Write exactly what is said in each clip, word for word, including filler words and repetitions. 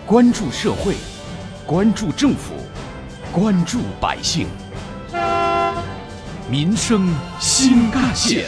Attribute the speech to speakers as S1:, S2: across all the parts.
S1: 关注社会，关注政府，关注百姓，民生新干线。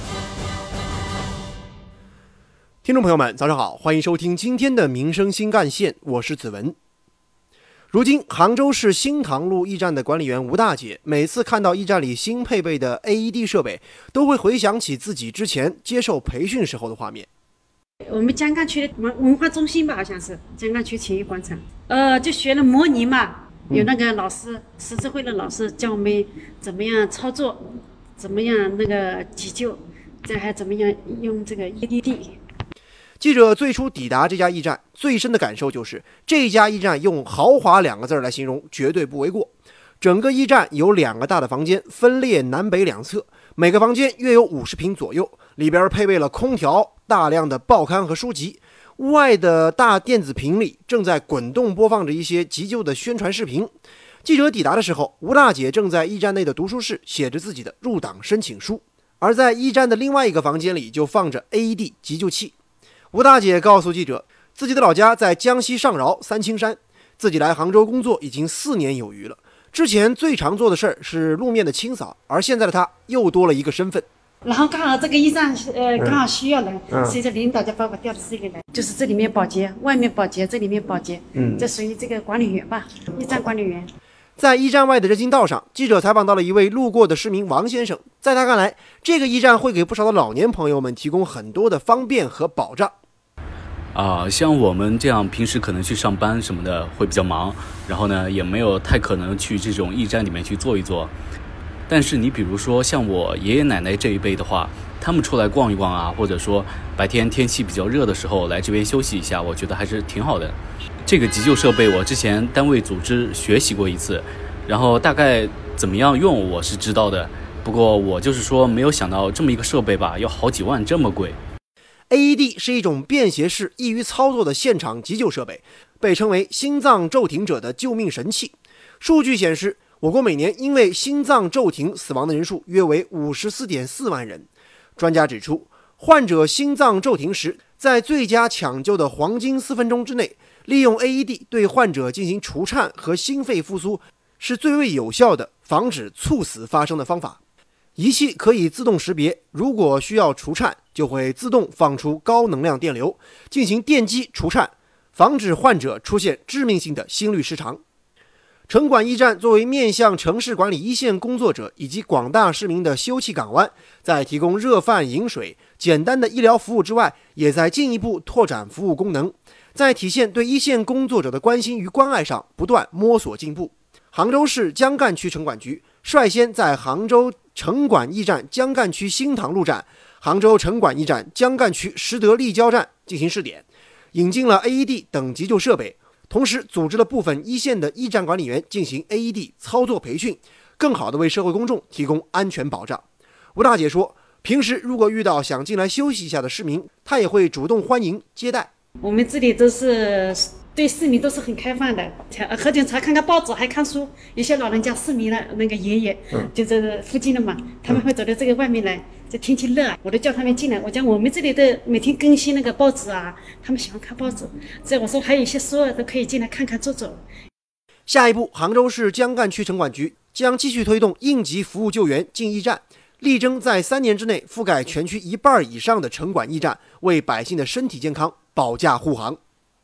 S2: 听众朋友们，早上好，欢迎收听今天的民生新干线，我是子文。如今，杭州市新塘路驿站的管理员吴大姐，每次看到驿站里新配备的 A E D 设备，都会回想起自己之前接受培训时候的画面。
S3: 我们江干区的文化中心吧，好像是江干区体育广场，呃，就学了模拟嘛，有那个老师，识字会的老师教我们怎么样操作，怎么样那个急救，再还怎么样用这个 A E D。
S2: 记者最初抵达这家驿站，最深的感受就是这家驿站用豪华两个字来形容绝对不为过。整个驿站有两个大的房间，分列南北两侧，每个房间约有五十平左右，里边配备了空调、大量的报刊和书籍。屋外的大电子屏里正在滚动播放着一些急救的宣传视频。记者抵达的时候，吴大姐正在驿站内的读书室写着自己的入党申请书，而在驿站的另外一个房间里就放着 A E D 急救器。吴大姐告诉记者，自己的老家在江西上饶三清山，自己来杭州工作已经四年有余了。之前最常做的事儿是路面的清扫，而现在的她又多了一个身份。
S3: 然后刚好这个驿站呃刚好需要人，所以说领导就把我调到这里来，就是这里面保洁，外面保洁，这里面保洁，嗯，这属于这个管理员吧，驿站管理员。
S2: 在驿站外的人行道上，记者采访到了一位路过的市民王先生。在他看来，这个驿站会给不少的老年朋友们提供很多的方便和保障。
S4: 啊，像我们这样平时可能去上班什么的会比较忙，然后呢也没有太可能去这种驿站里面去坐一坐。但是你比如说像我爷爷奶奶这一辈的话，他们出来逛一逛啊，或者说白天天气比较热的时候来这边休息一下，我觉得还是挺好的。这个急救设备我之前单位组织学习过一次，然后大概怎么样用我是知道的，不过我就是说没有想到这么一个设备吧要好几万这么贵。
S2: A E D 是一种便携式、易于操作的现场急救设备，被称为心脏骤停者的救命神器。数据显示，我国每年因为心脏骤停死亡的人数约为 五十四点四万人。专家指出，患者心脏骤停时，在最佳抢救的黄金四分钟之内，利用 A E D 对患者进行除颤和心肺复苏，是最为有效的防止猝死发生的方法。仪器可以自动识别，如果需要除颤，就会自动放出高能量电流，进行电击除颤，防止患者出现致命性的心律失常。城管驿站作为面向城市管理一线工作者以及广大市民的休憩港湾，在提供热饭、饮水、简单的医疗服务之外，也在进一步拓展服务功能，在体现对一线工作者的关心与关爱上不断摸索进步。杭州市江干区城管局率先在杭州城管驿站江干区新塘路站、杭州城管驿站江干区实德立交站进行试点，引进了 A E D 等急救设备，同时组织了部分一线的驿站管理员进行 A E D 操作培训，更好地为社会公众提供安全保障。吴大姐说，平时如果遇到想进来休息一下的市民，她也会主动欢迎接待。
S3: 我们这里都是对市民都是很开放的，喝点茶、看看报纸，还看书。有些老人家市民的那个爷爷，嗯、就在附近的嘛，他们会走到这个外面来。这天气热啊，我都叫他们进来。我讲我们这里的每天更新那个报纸啊，他们喜欢看报纸。这我说还有一些书啊，都可以进来看看坐坐。
S2: 下一步，杭州市江干区城管局将继续推动应急服务救援进驿站，力争在三年之内覆盖全区一半以上的城管驿站，为百姓的身体健康保驾护航。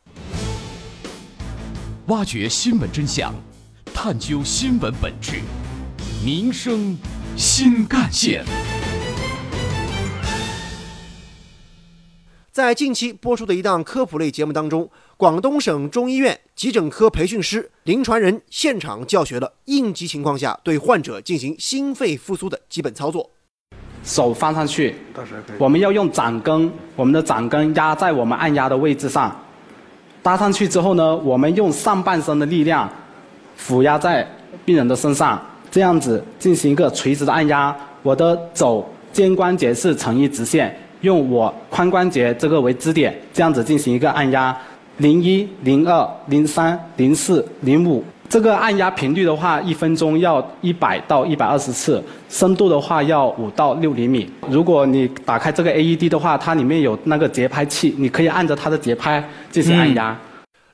S1: 挖掘新闻真相，探究新闻本质，民生新干线。
S2: 在近期播出的一档科普类节目当中，广东省中医院急诊科培训师林传仁现场教学了应急情况下对患者进行心肺复苏的基本操作。
S5: 手放上去，我们要用掌根，我们的掌根压在我们按压的位置上，搭上去之后呢，我们用上半身的力量俯压在病人的身上，这样子进行一个垂直的按压。我的肘肩关节是成一直线，用我髋关节这个为支点，这样子进行一个按压。零一、零二、零三、零四、零五。这个按压频率的话，一分钟要一百到一百二十次，深度的话要五到六厘米。如果你打开这个 A E D 的话，它里面有那个节拍器，你可以按着它的节拍进行按压。
S2: 嗯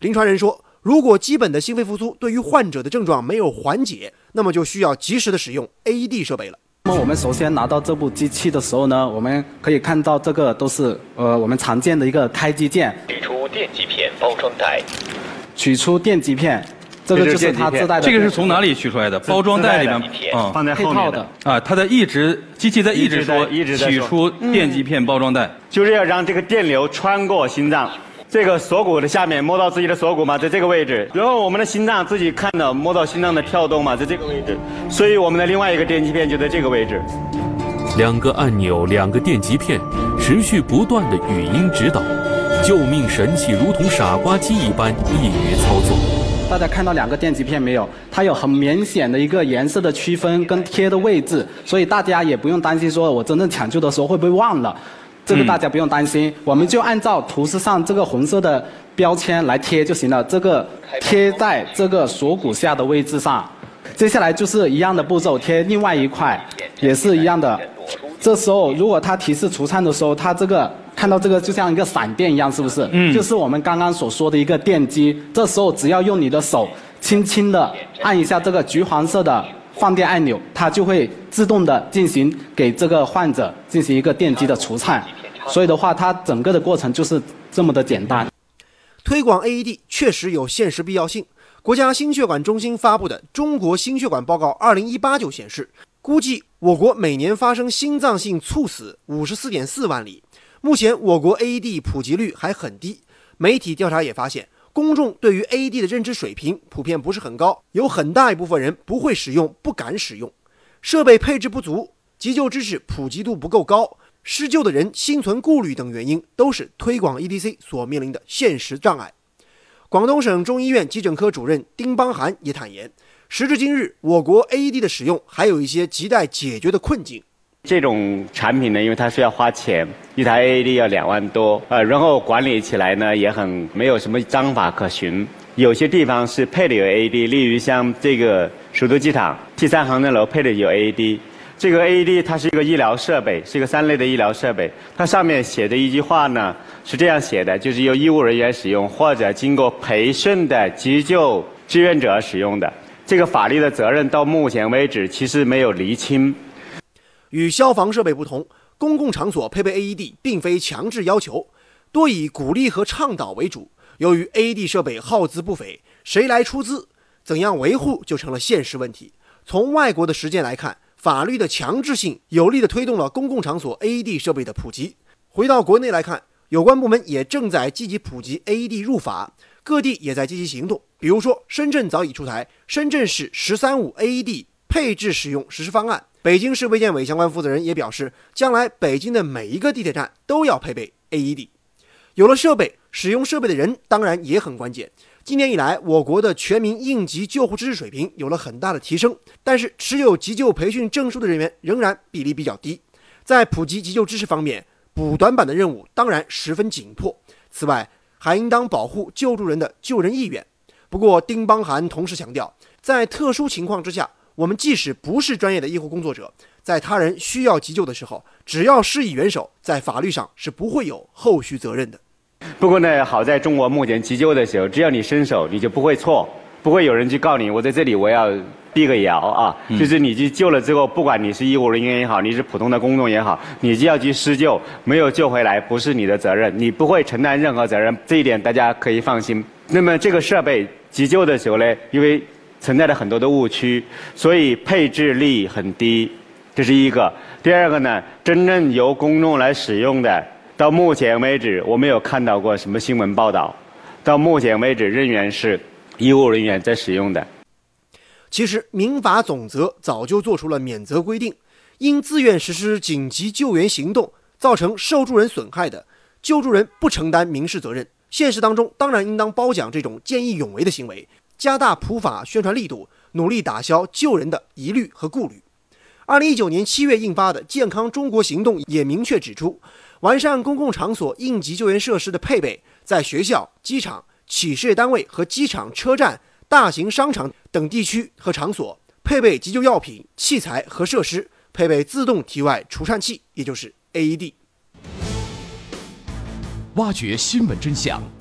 S2: 临床人说，如果基本的心肺复苏对于患者的症状没有缓解，那么就需要及时的使用 A E D 设备了。
S5: 那么我们首先拿到这部机器的时候呢，我们可以看到这个都是呃我们常见的一个开机键，
S6: 取出电极片包装袋，
S5: 取出电极片，这个就是它自带的。
S7: 这个是从哪里取出来的？包装袋里面
S6: 啊，
S8: 放在后面的
S7: 啊，它在一直机器在一直说
S8: 一直在
S7: 取出电极片包装袋，
S8: 就是要让这个电流穿过心脏。这个锁骨的下面摸到自己的锁骨嘛，在这个位置，然后我们的心脏自己看到摸到心脏的跳动嘛，在这个位置，所以我们的另外一个电极片就在这个位置。
S1: 两个按钮，两个电极片，持续不断的语音指导，救命神器如同傻瓜机一般易于操作。
S5: 大家看到两个电极片没有？它有很明显的一个颜色的区分跟贴的位置，所以大家也不用担心说我真正抢救的时候会不会忘了。这个大家不用担心，嗯、我们就按照图示上这个红色的标签来贴就行了。这个贴在这个锁骨下的位置上。接下来就是一样的步骤，贴另外一块，也是一样的。这时候如果它提示除颤的时候，它这个看到这个就像一个闪电一样，是不是？嗯。就是我们刚刚所说的一个电击。这时候只要用你的手轻轻的按一下这个橘黄色的放电按钮，它就会自动的进行给这个患者进行一个电击的除颤。所以的话，它整个的过程就是这么的简单。
S2: 推广 A E D 确实有现实必要性。国家心血管中心发布的《中国心血管报告二零一八》就显示，估计我国每年发生心脏性猝死 五十四点四万例。目前我国 A E D 普及率还很低。媒体调查也发现，公众对于 A E D 的认知水平普遍不是很高，有很大一部分人不会使用，不敢使用。设备配置不足，急救知识普及度不够高，施救的人心存顾虑等原因，都是推广 E D C 所面临的现实障碍。广东省中医院急诊科主任丁邦涵也坦言，时至今日，我国 A E D 的使用还有一些亟待解决的困境。
S8: 这种产品呢，因为它需要花钱，一台 A E D 要两万多，呃，然后管理起来呢也很没有什么章法可循。有些地方是配的有 A E D， 例如像这个首都机场 T 三航站楼配的有 A E D。这个 A E D 它是一个医疗设备，是一个三类的医疗设备。它上面写的一句话呢是这样写的，就是由医务人员使用或者经过培训的急救志愿者使用的。这个法律的责任到目前为止其实没有厘清。
S2: 与消防设备不同，公共场所配备 A E D 并非强制要求，多以鼓励和倡导为主。由于 A E D 设备耗资不菲，谁来出资，怎样维护就成了现实问题。从外国的实践来看，法律的强制性有力地推动了公共场所 A E D 设备的普及。回到国内来看，有关部门也正在积极普及 A E D 入法，各地也在积极行动。比如说，深圳早已出台深圳市十三五 A E D 配置使用实施方案。北京市卫健委相关负责人也表示，将来北京的每一个地铁站都要配备 A E D。有了设备，使用设备的人当然也很关键。今年以来，我国的全民应急救护知识水平有了很大的提升，但是持有急救培训证书的人员仍然比例比较低。在普及急救知识方面，补短板的任务当然十分紧迫。此外，还应当保护救助人的救人意愿。不过，丁邦涵同时强调，在特殊情况之下，我们即使不是专业的医护工作者，在他人需要急救的时候，只要施以援手，在法律上是不会有后续责任的。
S8: 不过呢，好在中国目前急救的时候，只要你伸手，你就不会错，不会有人去告你，我在这里我要避个谣啊，嗯、就是你去救了之后，不管你是医务人员也好，你是普通的公众也好，你就要去施救，没有救回来不是你的责任，你不会承担任何责任，这一点大家可以放心。那么这个设备急救的时候呢，因为存在了很多的误区，所以配置率很低，这是一个。第二个呢，真正由公众来使用的，到目前为止我没有看到过什么新闻报道，到目前为止仍然是医务人员在使用的。
S2: 其实民法总则早就做出了免责规定，因自愿实施紧急救援行动造成受助人损害的，救助人不承担民事责任。现实当中当然应当褒奖这种见义勇为的行为，加大普法宣传力度，努力打消救人的疑虑和顾虑。二零一九年七月印发的《健康中国行动》也明确指出，完善公共场所应急救援设施的配备，在学校、机场、企事业单位和机场、车站、大型商场等地区和场所配备急救药品、器材和设施，配备自动体外除颤器，也就是 A E D。
S1: 挖掘新闻真相，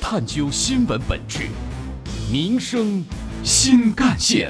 S1: 探究新闻本质，民生新干线。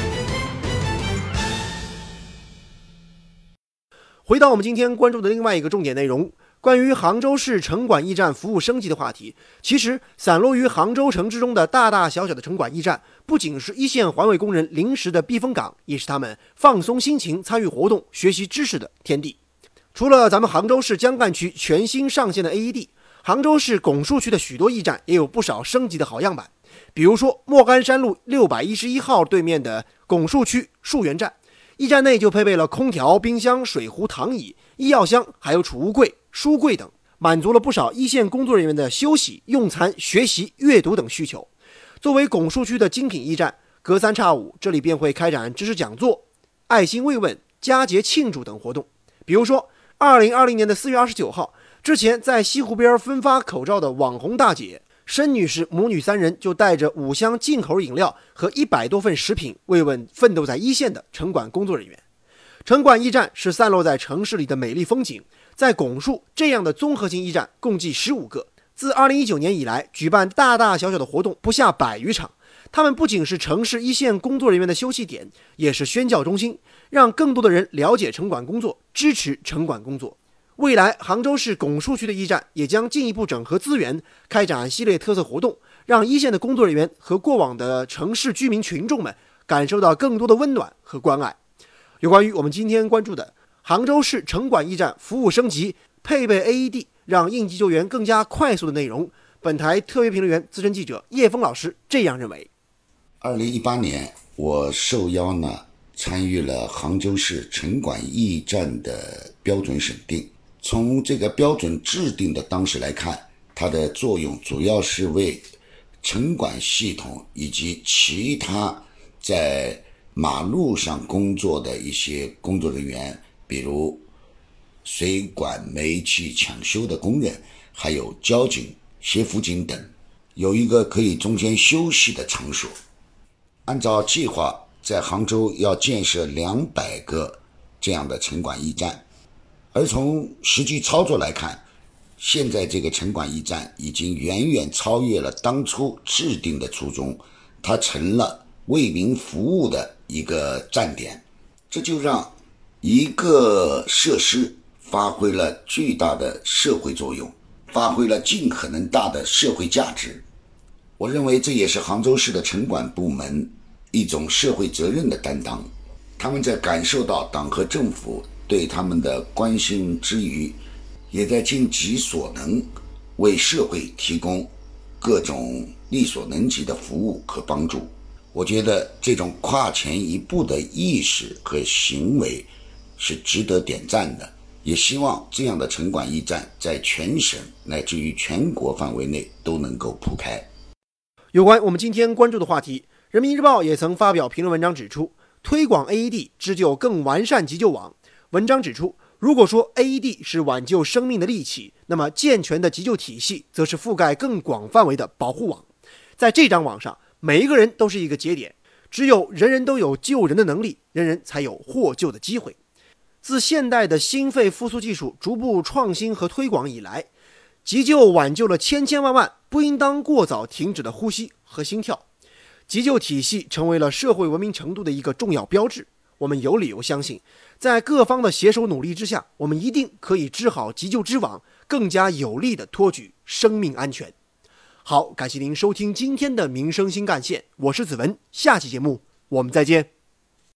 S2: 回到我们今天关注的另外一个重点内容，关于杭州市城管驿站服务升级的话题。其实散落于杭州城之中的大大小小的城管驿站，不仅是一线环卫工人临时的避风港，也是他们放松心情、参与活动、学习知识的天地。除了咱们杭州市江干区全新上线的 A E D， 杭州市拱墅区的许多驿站也有不少升级的好样板。比如说莫干山路六百一十一号对面的拱墅区树园站，驿站内就配备了空调、冰箱、水壶、躺椅、医药箱，还有储物柜、书柜等，满足了不少一线工作人员的休息、用餐、学习、阅读等需求。作为拱墅区的精品驿站，隔三差五这里便会开展知识讲座、爱心慰问、佳节庆祝等活动。比如说二零二零年的四月二十九号，之前在西湖边分发口罩的网红大姐申女士母女三人就带着五箱进口饮料和一百多份食品慰问奋斗在一线的城管工作人员。城管驿站是散落在城市里的美丽风景，在拱墅这样的综合性驿站共计十五个，自二零一九年以来举办大大小小的活动不下百余场。他们不仅是城市一线工作人员的休息点，也是宣教中心，让更多的人了解城管工作，支持城管工作。未来杭州市拱墅区的驿站也将进一步整合资源，开展系列特色活动，让一线的工作人员和过往的城市居民群众们感受到更多的温暖和关爱。有关于我们今天关注的杭州市城管驿站服务升级，配备 A E D 让应急救援更加快速的内容，本台特别评论员资深记者叶峰老师这样认为。
S9: 二零一八年我受邀呢参与了杭州市城管驿站的标准审定。从这个标准制定的当时来看，它的作用主要是为城管系统以及其他在马路上工作的一些工作人员，比如水管、煤气抢修的工人，还有交警、协辅警等，有一个可以中间休息的场所。按照计划，在杭州要建设两百个这样的城管驿站。而从实际操作来看，现在这个城管驿站已经远远超越了当初制定的初衷，它成了为民服务的一个站点，这就让一个设施发挥了巨大的社会作用，发挥了尽可能大的社会价值。我认为这也是杭州市的城管部门一种社会责任的担当，他们在感受到党和政府对他们的关心之余，也在尽己所能为社会提供各种力所能及的服务和帮助。我觉得这种跨前一步的意识和行为是值得点赞的，也希望这样的城管驿站在全省乃至于全国范围内都能够铺开。
S2: 有关我们今天关注的话题，人民日报也曾发表评论文章指出，推广 A E D 织就更完善急救网。文章指出，如果说 A E D 是挽救生命的利器，那么健全的急救体系则是覆盖更广范围的保护网。在这张网上，每一个人都是一个节点，只有人人都有救人的能力，人人才有获救的机会。自现代的心肺复苏技术逐步创新和推广以来，急救挽救了千千万万不应当过早停止的呼吸和心跳。急救体系成为了社会文明程度的一个重要标志。我们有理由相信，在各方的携手努力之下，我们一定可以织好急救之网，更加有力地托举生命安全。好，感谢您收听今天的民生新干线，我是子文，下期节目我们再见。